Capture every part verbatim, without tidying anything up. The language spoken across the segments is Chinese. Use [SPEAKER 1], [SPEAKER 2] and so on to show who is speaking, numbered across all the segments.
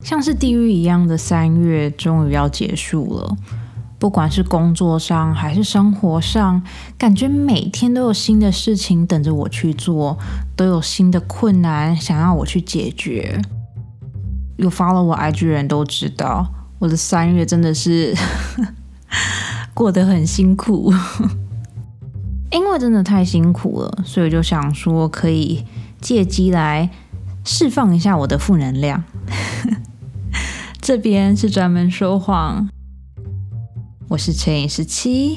[SPEAKER 1] 像是地狱一样的三月终于要结束了，不管是工作上还是生活上，感觉每天都有新的事情等着我去做，都有新的困难想要我去解决。有 follow 我 I G 人都知道，我的三月真的是过得很辛苦因为真的太辛苦了，所以就想说可以借机来释放一下我的负能量这边是专门说谎，我是乘以十七。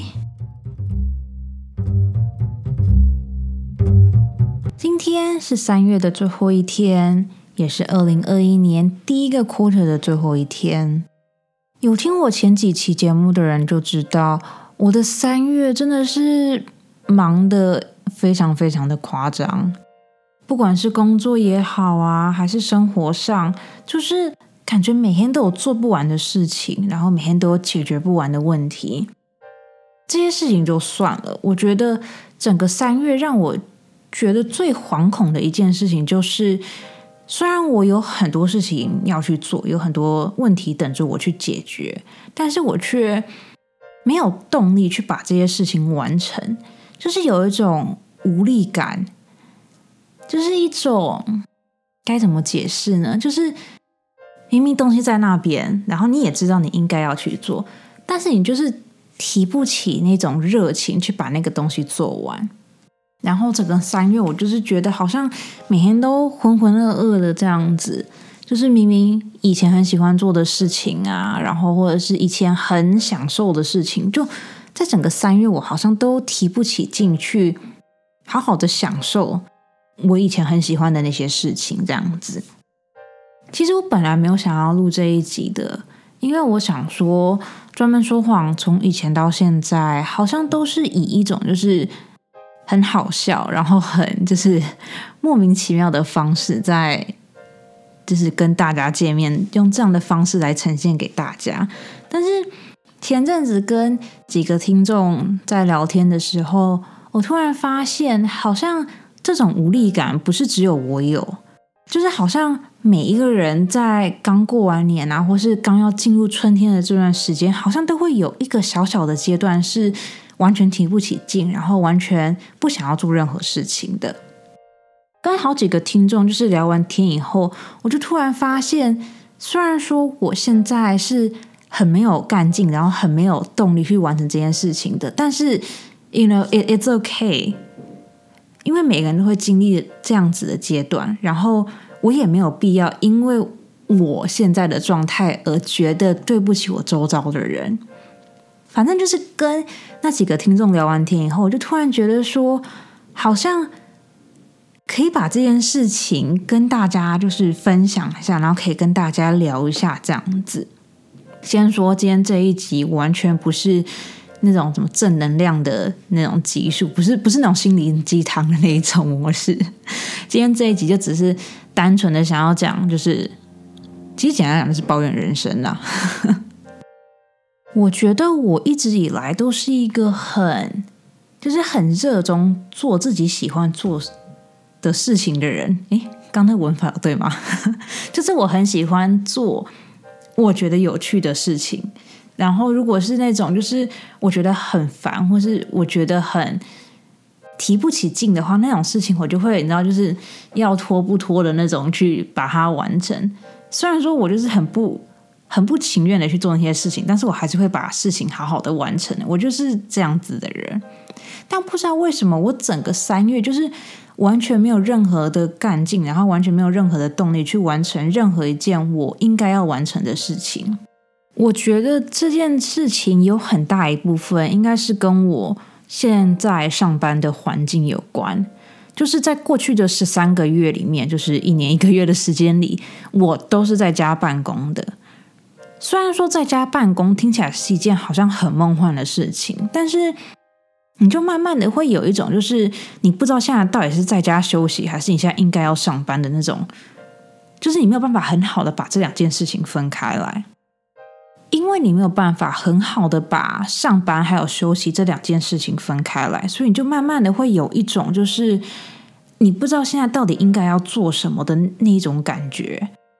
[SPEAKER 1] 今天是三月的最后一天，也是二零二一年第一个 quarter 的最后一天。有听我前几期节目的人就知道，我的三月真的是忙得非常非常的夸张，不管是工作也好啊，还是生活上，就是感觉每天都有做不完的事情，然后每天都有解决不完的问题。这些事情就算了，我觉得整个三月让我觉得最惶恐的一件事情就是，虽然我有很多事情要去做，有很多问题等着我去解决，但是我却没有动力去把这些事情完成，就是有一种无力感，就是一种该怎么解释呢？就是明明东西在那边，然后你也知道你应该要去做，但是你就是提不起那种热情去把那个东西做完。然后整个三月我就是觉得好像每天都浑浑噩噩的这样子，就是明明以前很喜欢做的事情啊，然后或者是以前很享受的事情，就在整个三月我好像都提不起劲去好好的享受我以前很喜欢的那些事情这样子。其实我本来没有想要录这一集的，因为我想说专门说谎从以前到现在好像都是以一种就是很好笑，然后很就是莫名其妙的方式在就是跟大家见面，用这样的方式来呈现给大家。但是前阵子跟几个听众在聊天的时候，我突然发现好像这种无力感不是只有我有，就是好像每一个人在刚过完年啊，或是刚要进入春天的这段时间，好像都会有一个小小的阶段是完全提不起劲，然后完全不想要做任何事情的。跟好几个听众就是聊完天以后，我就突然发现，虽然说我现在是很没有干劲，然后很没有动力去完成这件事情的，但是 you know it, it's okay， 因为每个人都会经历这样子的阶段，然后我也没有必要因为我现在的状态而觉得对不起我周遭的人。反正就是跟那几个听众聊完天以后，我就突然觉得说，好像可以把这件事情跟大家就是分享一下，然后可以跟大家聊一下这样子。先说今天这一集完全不是那种什么正能量的那种集数，不是不是那种心灵鸡汤的那一种模式。今天这一集就只是单纯的想要讲，就是其实简单讲就是抱怨人生啦。我觉得我一直以来都是一个很就是很热衷做自己喜欢做的事情的人。诶，刚才文法有对吗？就是我很喜欢做我觉得有趣的事情，然后如果是那种就是我觉得很烦，或是我觉得很提不起劲的话，那种事情我就会你知道就是要拖不拖的那种去把它完成。虽然说我就是很不很不情愿的去做那些事情，但是我还是会把事情好好的完成，我就是这样子的人。但不知道为什么我整个三月就是完全没有任何的干劲，然后完全没有任何的动力去完成任何一件我应该要完成的事情。我觉得这件事情有很大一部分应该是跟我现在上班的环境有关。就是在过去的十三个月里面，就是一年一个月的时间里，我都是在家办公的。虽然说在家办公听起来是一件好像很梦幻的事情，但是你就慢慢的会有一种就是你不知道现在到底是在家休息还是你现在应该要上班的那种，就是你没有办法很好的把这两件事情分开来。因为你没有办法很好的把上班还有休息这两件事情分开来，所以你就慢慢的会有一种就是你不知道现在到底应该要做什么的那一种感觉。因为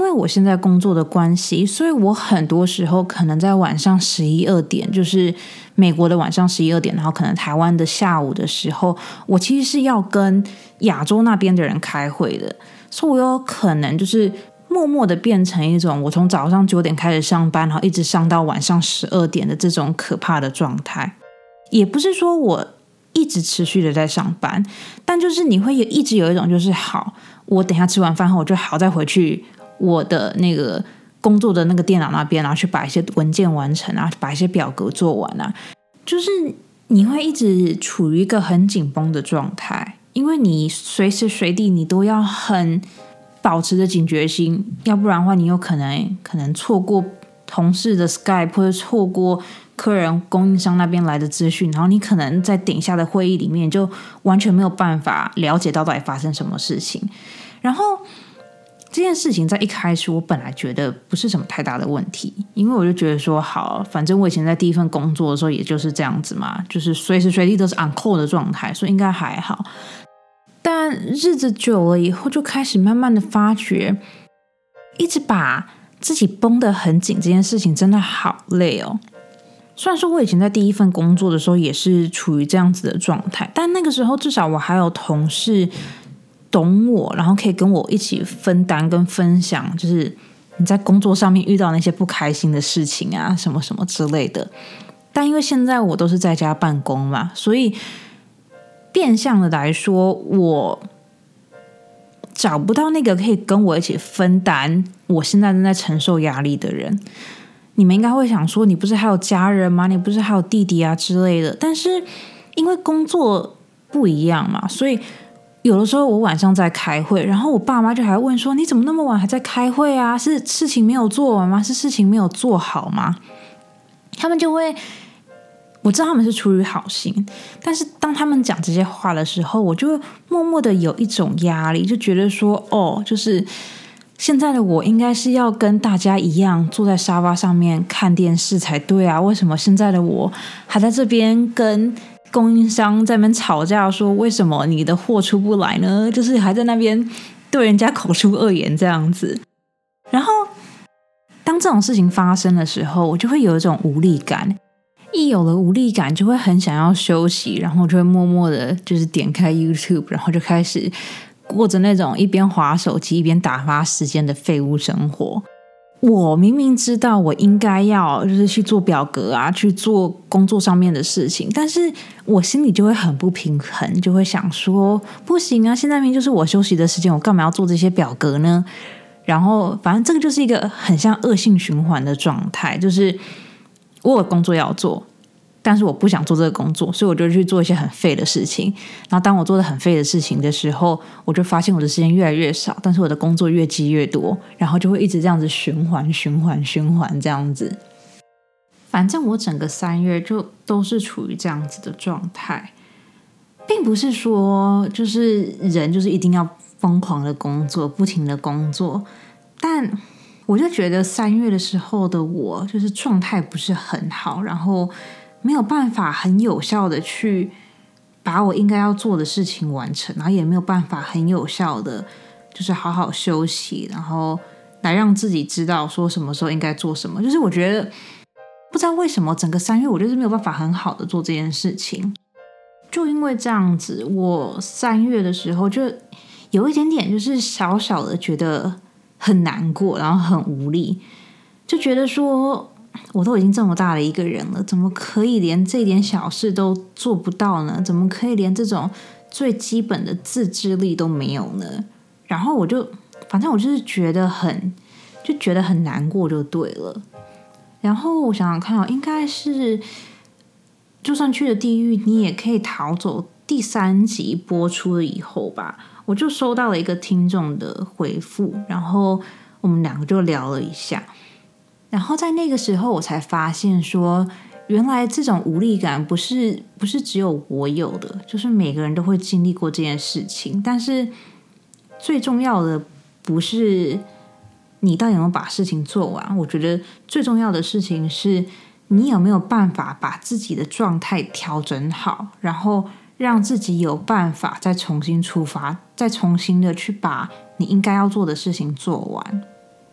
[SPEAKER 1] 为我现在工作的关系，所以我很多时候可能在晚上十一二点，就是美国的晚上十一二点，然后可能台湾的下午的时候，我其实是要跟亚洲那边的人开会的，所以我有可能就是默默的变成一种我从早上九点开始上班，然后一直上到晚上十二点的这种可怕的状态。也不是说我一直持续的在上班，但就是你会一直有一种就是好，我等一下吃完饭后我就好再回去我的那个工作的那个电脑那边，然后去把一些文件完成啊，把一些表格做完啊，就是你会一直处于一个很紧绷的状态，因为你随时随地你都要很保持着警觉心，要不然的话你有可能可能错过同事的 Skype 或者错过客人供应商那边来的资讯，然后你可能在等一下的会议里面就完全没有办法了解到到底发生什么事情。然后这件事情在一开始我本来觉得不是什么太大的问题，因为我就觉得说好，反正我以前在第一份工作的时候也就是这样子嘛，就是随时随地都是 on call 的状态，所以应该还好。但日子久了以后就开始慢慢的发觉，一直把自己绷得很紧这件事情真的好累哦。虽然说我以前在第一份工作的时候也是处于这样子的状态，但那个时候至少我还有同事懂我，然后可以跟我一起分担跟分享，就是你在工作上面遇到那些不开心的事情啊什么什么之类的。但因为现在我都是在家办公嘛，所以变相的来说，我找不到那个可以跟我一起分担我现在正在承受压力的人。你们应该会想说，你不是还有家人吗？你不是还有弟弟啊之类的？但是因为工作不一样嘛，所以有的时候我晚上在开会，然后我爸妈就还会问说，你怎么那么晚还在开会啊？是事情没有做完吗？是事情没有做好吗？他们就会，我知道他们是出于好心，但是当他们讲这些话的时候，我就默默的有一种压力，就觉得说，哦，就是现在的我应该是要跟大家一样坐在沙发上面看电视才对啊，为什么现在的我还在这边跟供应商在那边吵架，说为什么你的货出不来呢？就是还在那边对人家口出恶言这样子。然后当这种事情发生的时候，我就会有一种无力感，一有了无力感就会很想要休息，然后就会默默的就是点开 YouTube， 然后就开始过着那种一边滑手机一边打发时间的废物生活。我明明知道我应该要就是去做表格啊，去做工作上面的事情，但是我心里就会很不平衡，就会想说不行啊，现在明明就是我休息的时间，我干嘛要做这些表格呢？然后反正这个就是一个很像恶性循环的状态，就是我有工作要做，但是我不想做这个工作，所以我就去做一些很废的事情。然后当我做的很废的事情的时候，我就发现我的时间越来越少，但是我的工作越积越多，然后就会一直这样子循环循环循环这样子。反正我整个三月就都是处于这样子的状态，并不是说就是人就是一定要疯狂的工作，不停的工作，但我就觉得三月的时候的我就是状态不是很好，然后没有办法很有效的去把我应该要做的事情完成，然后也没有办法很有效的就是好好休息，然后来让自己知道说什么时候应该做什么。就是我觉得不知道为什么整个三月我就是没有办法很好的做这件事情，就因为这样子，我三月的时候就有一点点就是小小的觉得很难过，然后很无力，就觉得说我都已经这么大的一个人了，怎么可以连这点小事都做不到呢？怎么可以连这种最基本的自制力都没有呢？然后我就反正我就是觉得很就觉得很难过就对了。然后我想想看哦，应该是就算去了地狱你也可以逃走第三集播出了以后吧，我就收到了一个听众的回复，然后我们两个就聊了一下，然后在那个时候我才发现说，原来这种无力感不是不是只有我有的，就是每个人都会经历过这件事情。但是最重要的不是你到底有没有把事情做完，我觉得最重要的事情是你有没有办法把自己的状态调整好，然后让自己有办法再重新出发，再重新的去把你应该要做的事情做完。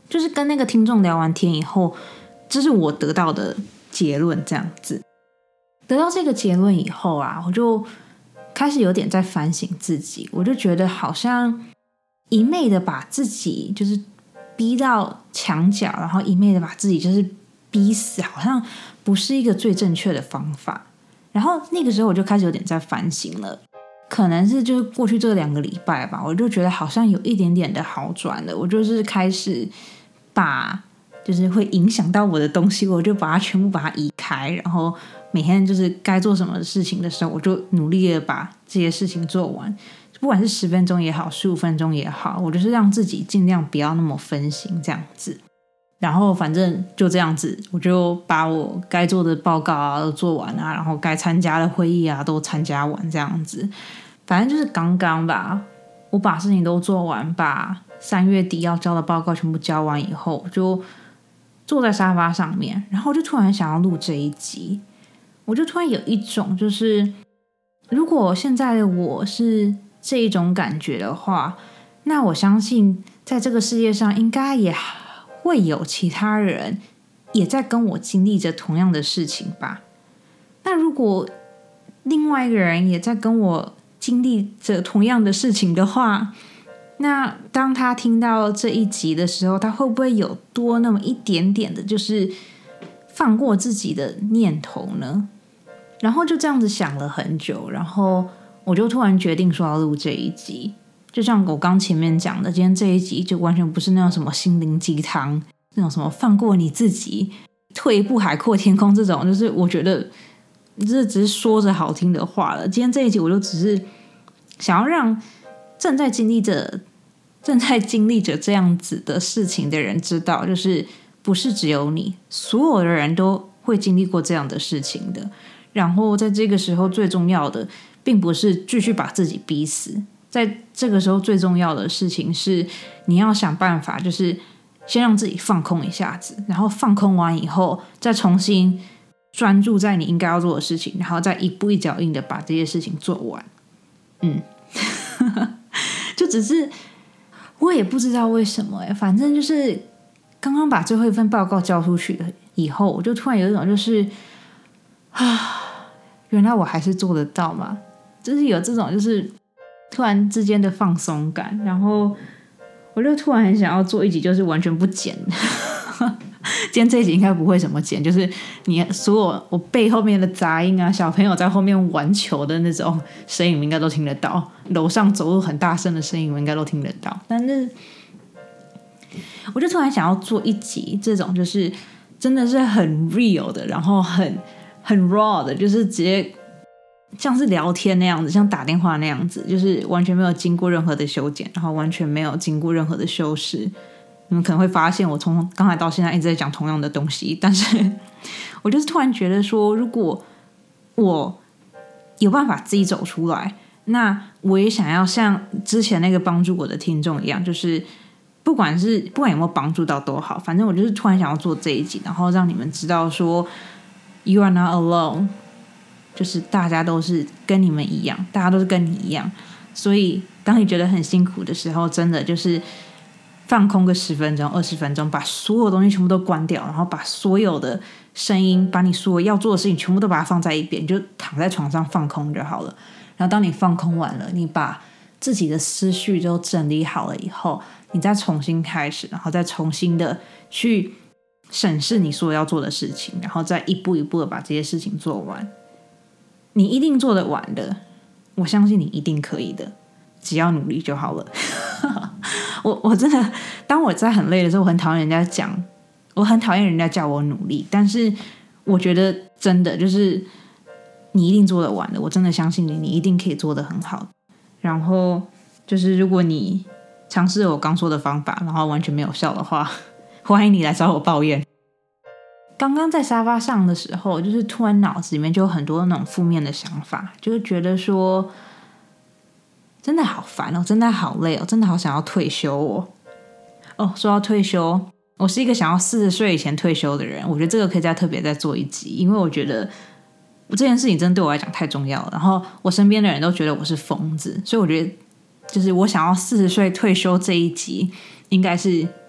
[SPEAKER 1] 就是跟那个听众聊完天以后，这是我得到的结论。这样子得到这个结论以后啊，我就开始有点在反省自己。我就觉得好像一昧的把自己就是逼到墙角，然后一昧的把自己就是逼死，好像不是一个最正确的方法。然后那个时候我就开始有点在反省了，可能是就是过去这两个礼拜吧，我就觉得好像有一点点的好转了。我就是开始把就是会影响到我的东西，我就把它全部把它移开，然后每天就是该做什么事情的时候，我就努力的把这些事情做完，不管是十分钟也好，十五分钟也好，我就是让自己尽量不要那么分心这样子。然后反正就这样子，我就把我该做的报告啊都做完啊，然后该参加的会议啊都参加完这样子。反正就是刚刚吧，我把事情都做完，把三月底要交的报告全部交完以后，我就坐在沙发上面，然后就突然想要录这一集。我就突然有一种就是如果现在的我是这一种感觉的话，那我相信在这个世界上应该也会有其他人也在跟我经历着同样的事情吧。那如果另外一个人也在跟我经历着同样的事情的话，那当他听到这一集的时候，他会不会有多那么一点点的就是放过自己的念头呢？然后就这样子想了很久，然后我就突然决定说要录这一集。就像我刚前面讲的，今天这一集就完全不是那种什么心灵鸡汤，那种什么放过你自己，退一步海阔天空这种，就是我觉得这只是说着好听的话了。今天这一集我就只是想要让正在经历着正在经历着这样子的事情的人知道，就是不是只有你，所有的人都会经历过这样的事情的。然后在这个时候最重要的并不是继续把自己逼死，在这个时候最重要的事情是你要想办法，就是先让自己放空一下子，然后放空完以后再重新专注在你应该要做的事情，然后再一步一脚印的把这些事情做完。嗯就只是我也不知道为什么、欸、反正就是刚刚把最后一份报告交出去了以后，我就突然有一种就是啊，原来我还是做得到嘛，就是有这种就是突然之间的放松感。然后我就突然很想要做一集就是完全不剪今天这一集应该不会怎么剪，就是你所有我背后面的杂音啊，小朋友在后面玩球的那种声音我应该都听得到，楼上走路很大声的声音我应该都听得到。但是我就突然想要做一集这种就是真的是很 real 的，然后很很 raw 的，就是直接像是聊天那样子，像打电话那样子，就是完全没有经过任何的修剪，然后完全没有经过任何的修饰。你们可能会发现我从刚才到现在一直在讲同样的东西，但是我就是突然觉得说，如果我有办法自己走出来，那我也想要像之前那个帮助我的听众一样，就是不管是不管有没有帮助到都好，反正我就是突然想要做这一集，然后让你们知道说 You are not alone， 就是大家都是跟你们一样，大家都是跟你一样。所以当你觉得很辛苦的时候，真的就是放空个十分钟二十分钟，把所有东西全部都关掉，然后把所有的声音，把你所有要做的事情全部都把它放在一边，你就躺在床上放空就好了。然后当你放空完了，你把自己的思绪都整理好了以后，你再重新开始，然后再重新的去审视你所有要做的事情，然后再一步一步的把这些事情做完。你一定做得完的，我相信你一定可以的，只要努力就好了我, 我真的当我在很累的时候，我很讨厌人家讲，我很讨厌人家叫我努力，但是我觉得真的就是你一定做得完的，我真的相信你，你一定可以做得很好。然后就是如果你尝试了我刚说的方法，然后完全没有效的话，欢迎你来找我抱怨。刚刚在沙发上的时候，就是突然脑子里面就有很多那种负面的想法，就是觉得说真的好烦哦，真的好累哦，真的好想要退休哦。哦，说到退休，我是一个想要四十岁以前退休的人，我觉得这个可以再特别再做一集，因为我觉得这件事情真的对我来讲太重要了。然后我身边的人都觉得我是疯子，所以我觉得就是我想要四十岁退休这一集应该是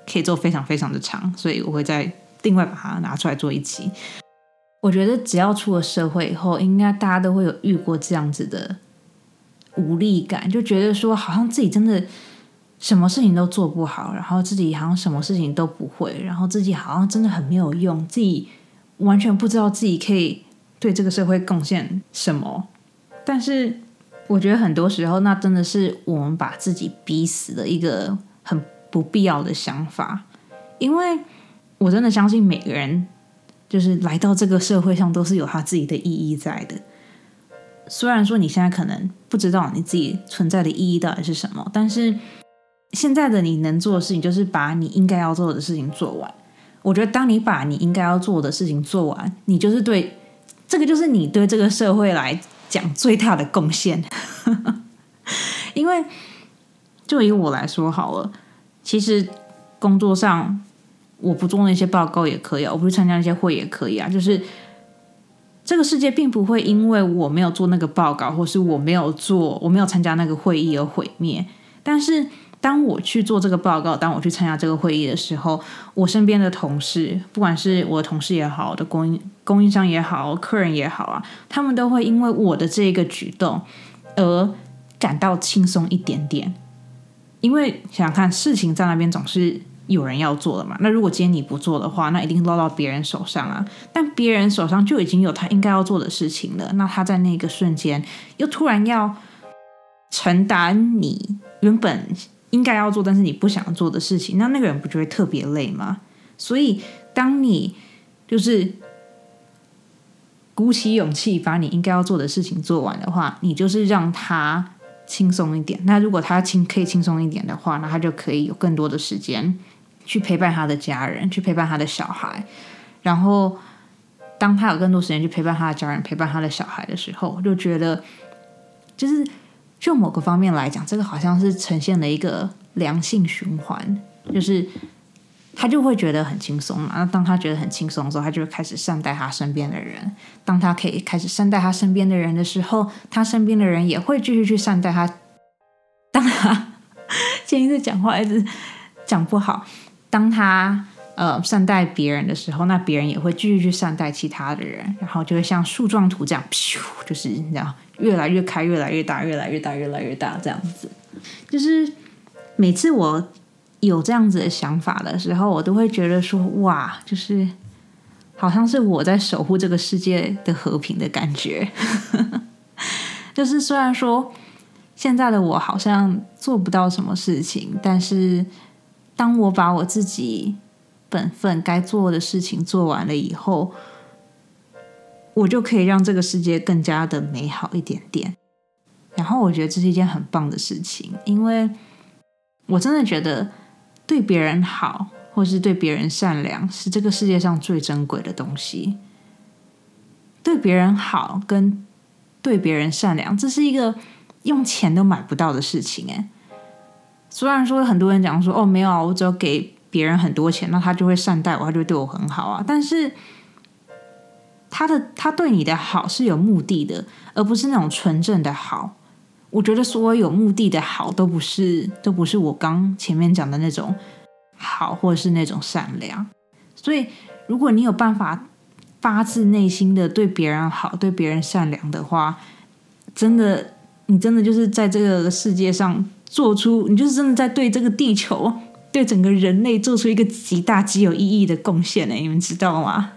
[SPEAKER 1] 可以做非常非常的长，所以我会再另外把它拿出来做一集。我觉得只要出了社会以后，应该大家都会有遇过这样子的无力感，就觉得说好像自己真的什么事情都做不好，然后自己好像什么事情都不会，然后自己好像真的很没有用，自己完全不知道自己可以对这个社会贡献什么。但是我觉得很多时候那真的是我们把自己逼死的一个很不必要的想法，因为我真的相信每个人就是来到这个社会上都是有他自己的意义在的。虽然说你现在可能不知道你自己存在的意义到底是什么，但是现在的你能做的事情就是把你应该要做的事情做完。我觉得当你把你应该要做的事情做完，你就是对这个就是你对这个社会来讲最大的贡献。因为就以我来说好了，其实工作上我不做那些报告也可以啊，我不去参加那些会也可以啊，就是这个世界并不会因为我没有做那个报告或是我没有做我没有参加那个会议而毁灭。但是当我去做这个报告，当我去参加这个会议的时候，我身边的同事，不管是我的同事也好，我的供应供应商也好，客人也好啊，他们都会因为我的这个举动而感到轻松一点点。因为想想看，事情在那边总是有人要做的嘛，那如果今天你不做的话，那一定落到别人手上啊。但别人手上就已经有他应该要做的事情了，那他在那个瞬间又突然要承担你原本应该要做但是你不想做的事情，那那个人不就会特别累吗？所以当你就是鼓起勇气把你应该要做的事情做完的话，你就是让他轻松一点。那如果他轻可以轻松一点的话，那他就可以有更多的时间去陪伴他的家人，去陪伴他的小孩。然后当他有更多时间去陪伴他的家人，陪伴他的小孩的时候，我就觉得就是就某个方面来讲，这个好像是呈现了一个良性循环，就是他就会觉得很轻松嘛。那当他觉得很轻松的时候，他就会开始善待他身边的人。当他可以开始善待他身边的人的时候，他身边的人也会继续去善待他。当他前一次讲话一直讲不好，当他呃善待别人的时候，那别人也会继续去善待其他的人，然后就会像树状图这样，就是你知道，越来越开，越来越大，越来越大，越来越大，这样子。就是每次我有这样子的想法的时候，我都会觉得说，哇，就是好像是我在守护这个世界的和平的感觉。就是虽然说现在的我好像做不到什么事情，但是当我把我自己本分该做的事情做完了以后，我就可以让这个世界更加的美好一点点。然后我觉得这是一件很棒的事情，因为我真的觉得对别人好或是对别人善良是这个世界上最珍贵的东西。对别人好跟对别人善良，这是一个用钱都买不到的事情耶。虽然说很多人讲说，哦，没有啊，我只要给别人很多钱，那他就会善待我，他就会对我很好啊。但是他的他对你的好是有目的的，而不是那种纯正的好。我觉得所有有目的的好都不是都不是我刚前面讲的那种好，或者是那种善良。所以如果你有办法发自内心的对别人好，对别人善良的话，真的你真的就是在这个世界上做出，你就是真的在对这个地球，对整个人类做出一个极大极有意义的贡献耶，你们知道吗？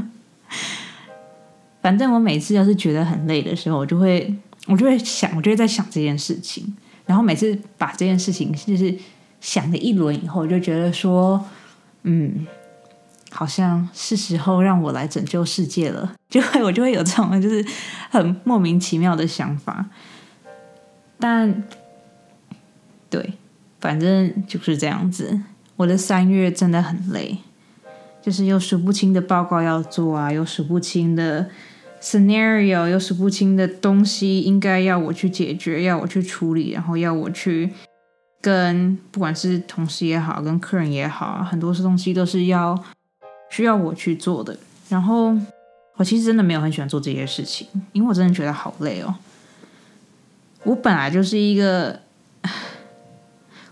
[SPEAKER 1] 反正我每次要是觉得很累的时候，我就会我就会想，我就会在想这件事情。然后每次把这件事情就是想了一轮以后，我就觉得说，嗯，好像是时候让我来拯救世界了。就会我就会有这种就是很莫名其妙的想法。但对，反正就是这样子。我的三月真的很累，就是有数不清的报告要做啊，有数不清的 scenario， 有数不清的东西应该要我去解决，要我去处理，然后要我去跟不管是同事也好，跟客人也好，很多东西都是要需要我去做的。然后我其实真的没有很喜欢做这些事情，因为我真的觉得好累哦。我本来就是一个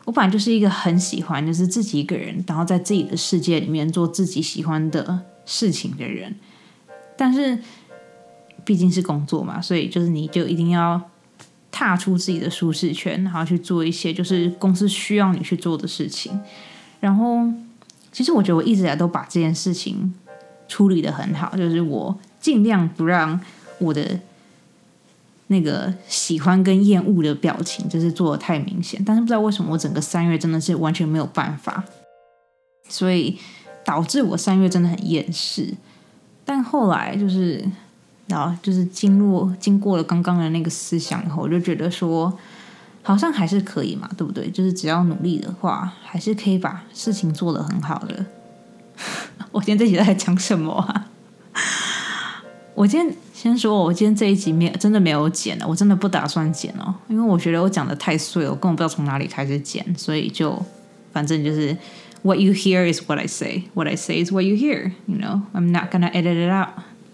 [SPEAKER 1] 我本来就是一个很喜欢就是自己一个人，然后在自己的世界里面做自己喜欢的事情的人，但是毕竟是工作嘛，所以就是你就一定要踏出自己的舒适圈，然后去做一些就是公司需要你去做的事情。然后其实我觉得我一直以来都把这件事情处理得很好，就是我尽量不让我的那个喜欢跟厌恶的表情就是做得太明显，但是不知道为什么我整个三月真的是完全没有办法，所以导致我三月真的很厌世。但后来就是然后就是经过经过了刚刚的那个思想以后，我就觉得说好像还是可以嘛，对不对？就是只要努力的话，还是可以把事情做得很好的。我今天这集在讲什么啊？我今天先说，我今天这一集没真的没有剪了，我真的不打算剪哦，因为我觉得我讲的太碎了，我根本不知道从哪里开始剪，所以就反正就是 what you hear is what I say, what I say is what you hear. You know, I'm not gonna edit it out.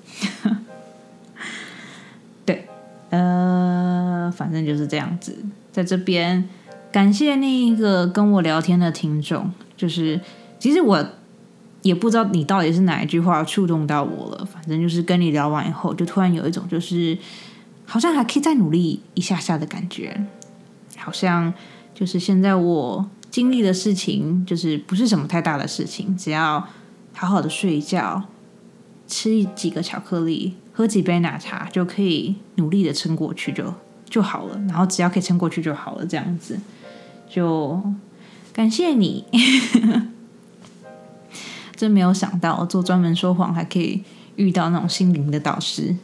[SPEAKER 1] 对，呃，反正就是这样子。在这边感谢那一个跟我聊天的听众，就是其实我也不知道你到底是哪一句话触动到我了，反正就是跟你聊完以后，就突然有一种就是好像还可以再努力一下下的感觉，好像就是现在我经历的事情就是不是什么太大的事情，只要好好的睡一觉，吃几个巧克力，喝几杯奶茶，就可以努力的撑过去就就好了，然后只要可以撑过去就好了，这样子就感谢你。真没有想到做专门说谎还可以遇到那种心灵的导师。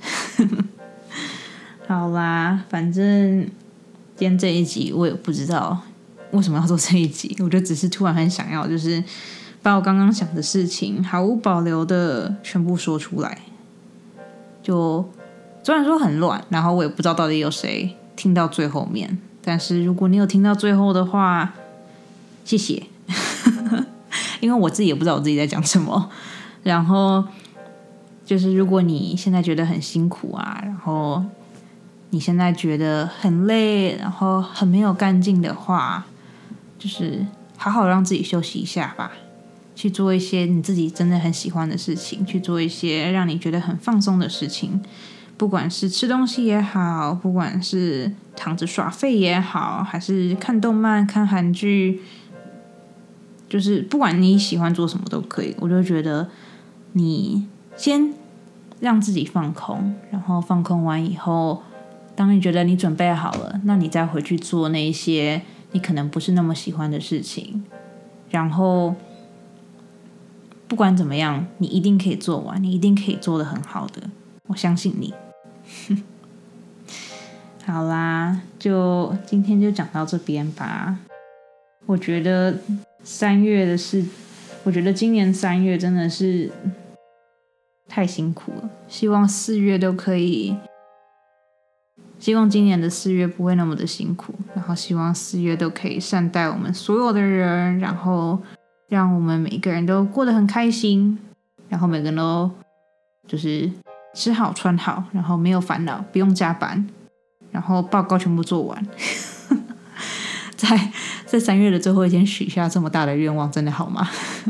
[SPEAKER 1] 好啦，反正今天这一集我也不知道为什么要做这一集，我就只是突然很想要就是把我刚刚想的事情毫无保留的全部说出来。就虽然说很乱，然后我也不知道到底有谁听到最后面，但是如果你有听到最后的话，谢谢。因为我自己也不知道我自己在讲什么，然后就是如果你现在觉得很辛苦啊，然后你现在觉得很累，然后很没有干劲的话，就是好好让自己休息一下吧，去做一些你自己真的很喜欢的事情，去做一些让你觉得很放松的事情，不管是吃东西也好，不管是躺着耍废也好，还是看动漫看韩剧，就是不管你喜欢做什么都可以。我就觉得你先让自己放空，然后放空完以后，当你觉得你准备好了，那你再回去做那一些你可能不是那么喜欢的事情，然后不管怎么样你一定可以做完，你一定可以做得很好的，我相信你。好啦，就今天就讲到这边吧。我觉得三月的事，我觉得今年三月真的是太辛苦了，希望四月都可以，希望今年的四月不会那么的辛苦，然后希望四月都可以善待我们所有的人，然后让我们每个人都过得很开心，然后每个人都就是吃好穿好，然后没有烦恼，不用加班，然后报告全部做完。在在三月的最后一天许下这么大的愿望，真的好吗？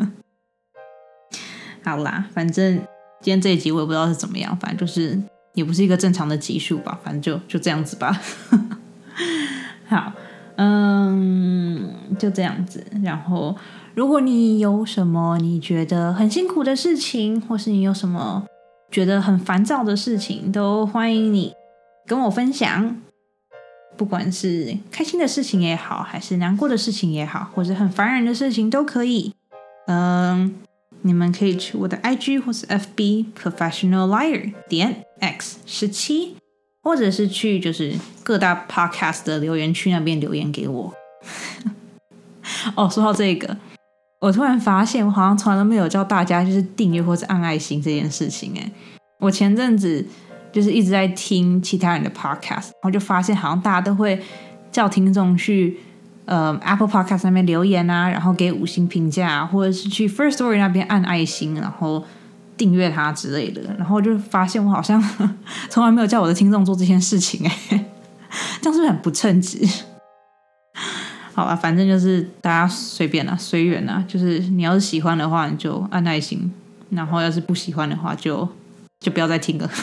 [SPEAKER 1] 好啦，反正今天这一集我也不知道是怎么样，反正就是也不是一个正常的集数吧，反正就就这样子吧。好，嗯，就这样子。然后，如果你有什么你觉得很辛苦的事情，或是你有什么觉得很烦躁的事情，都欢迎你跟我分享。不管是开心的事情也好，还是难过的事情也好，或者很烦人的事情都可以。嗯，你们可以去我的 I G 或是 F B professional liar 点 x 十七，或者是去就是各大 podcast 的留言区那边留言给我。哦，说到这个，我突然发现我好像从来都没有叫大家就是订阅或是按爱心这件事情。哎，我前阵子就是一直在听其他人的 podcast， 然后就发现好像大家都会叫听众去呃 Apple Podcast 那边留言啊，然后给五星评价，或者是去 First Story 那边按爱心，然后订阅它之类的。然后就发现我好像从来没有叫我的听众做这件事情，哎，这样是不是很不称职？好好吧，反正就是大家随便啦，随缘啦。就是你要是喜欢的话，你就按耐心；然后要是不喜欢的话就，就就不要再听了。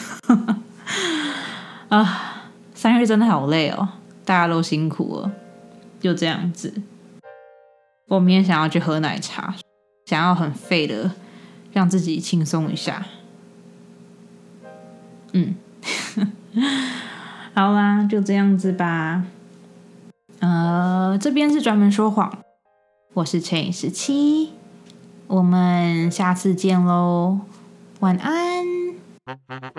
[SPEAKER 1] 啊，三月真的好累哦，大家都辛苦了，就这样子。我明天想要去喝奶茶，想要很废的让自己轻松一下。嗯，好啦，就这样子吧。呃，这边是专门说谎，我是乘以十七，我们下次见喽，晚安。